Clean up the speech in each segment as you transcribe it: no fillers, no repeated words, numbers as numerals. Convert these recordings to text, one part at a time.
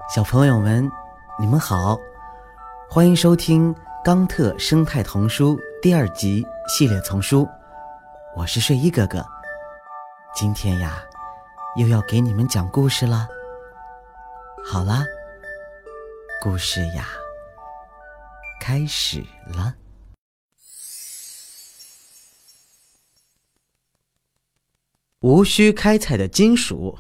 小朋友们，你们好，欢迎收听冈特生态童书第2集系列丛书，我是睡衣哥哥。今天呀，又要给你们讲故事了。好啦，故事呀，开始了。无需开采的金属。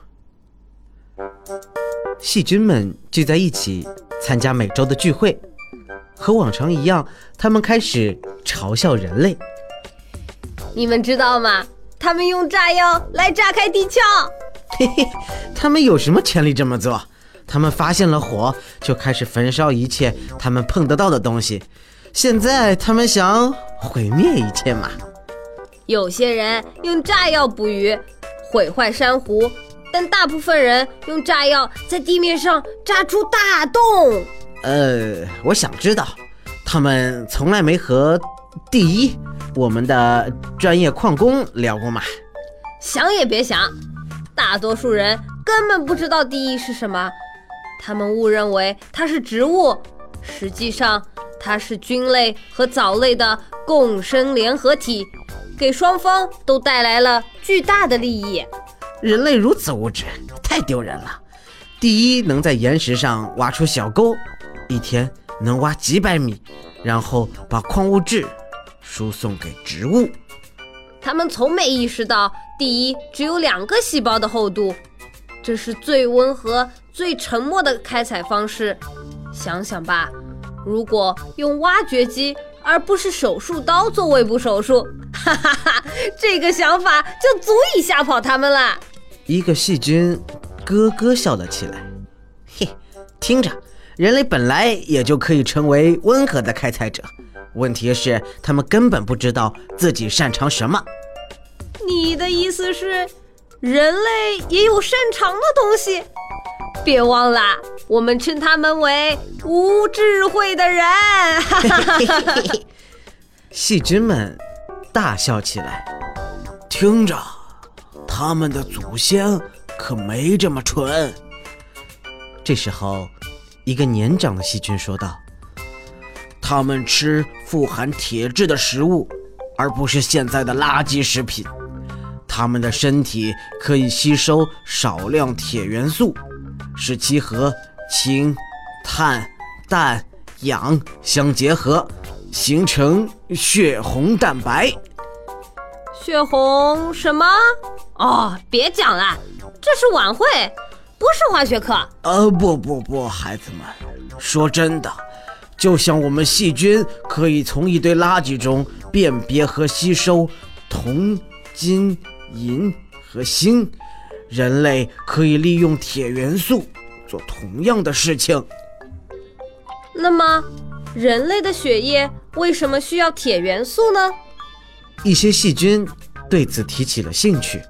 细菌们聚在一起参加每周的聚会，和往常一样，他们开始嘲笑人类。 你们知道吗？他们用炸药来炸开地球。 嘿嘿，他们有什么权利这么做？他们发现了火，就开始焚烧一切他们碰得到的东西。现在他们想毁灭一切嘛。 有些人用炸药捕鱼，毁坏珊瑚，但大部分人用炸药在地面上炸出大洞。 我想知道，他们从来没和第一，我们的专业矿工聊过吗？ 想也别想，大多数人根本不知道第一是什么，他们误认为它是植物，实际上它是菌类和藻类的共生联合体，给双方都带来了巨大的利益。 人类如此无知，太丢人了。第一能在岩石上挖出小沟，一天能挖几百米，然后把矿物质输送给植物。 他们从没意识到第一只有2个细胞的厚度，这是最温和最沉默的开采方式。想想吧，如果用挖掘机而不是手术刀做胃部手术，哈哈哈，这个想法就足以吓跑他们了。 一个细菌咯咯笑了起来，嘿，听着，人类本来也就可以成为温和的开采者，问题是他们根本不知道自己擅长什么。 你的意思是人类也有擅长的东西？别忘了，我们称他们为无智慧的人。 细菌们大笑起来，听着，他们的祖先可没这么蠢。这时候，一个年长的细菌说道：他们吃富含铁质的食物，而不是现在的垃圾食品。他们的身体可以吸收少量铁元素，使其和氢、碳、氮、氧相结合，形成血红蛋白。 血红什么？哦，别讲了，这是晚会，不是化学课。 不，孩子们，说真的，就像我们细菌可以从一堆垃圾中辨别和吸收铜、金、银和锌，人类可以利用铁元素做同样的事情。 那么，人类的血液为什么需要铁元素呢？ 一些细菌对此提起了兴趣。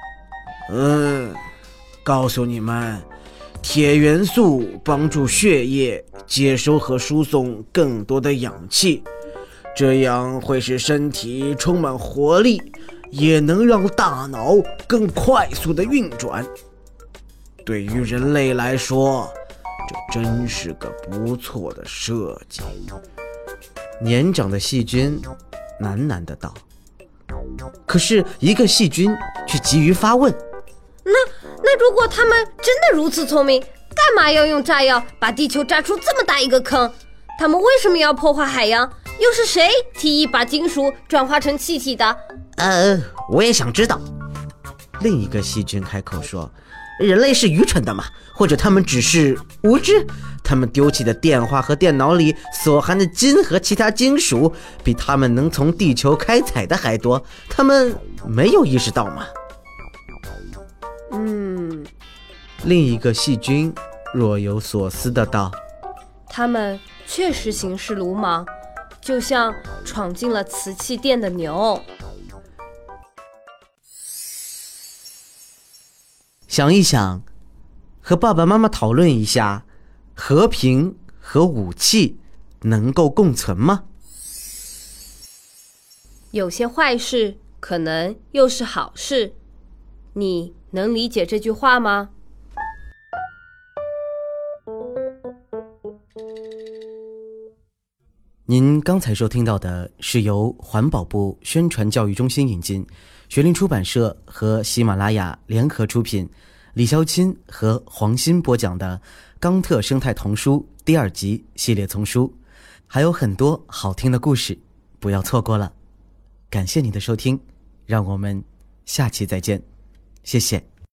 告诉你们，铁元素帮助血液接收和输送更多的氧气，这样会使身体充满活力，也能让大脑更快速地运转。对于人类来说，这真是个不错的设计。年长的细菌喃喃地道。可是一个细菌却急于发问： 那如果他们真的如此聪明，干嘛要用炸药把地球炸出这么大一个坑？他们为什么要破坏海洋？又是谁提议把金属转化成气体的？ 我也想知道。另一个细菌开口说：人类是愚蠢的嘛，或者他们只是无知。他们丢弃的电话和电脑里所含的金和其他金属，比他们能从地球开采的还多，他们没有意识到吗？另一个细菌若有所思地道： 他们确实行事鲁莽，就像闯进了瓷器店的牛。 想一想，和爸爸妈妈讨论一下，和平和武器能够共存吗？ 有些坏事可能又是好事，你能理解这句话吗？ 您刚才收听到的是由环保部宣传教育中心引进，学林出版社和喜马拉雅联合出品，李潇钦和黄鑫播讲的《冈特生态童书》第2集系列丛书，还有很多好听的故事，不要错过了。感谢你的收听，让我们下期再见，谢谢。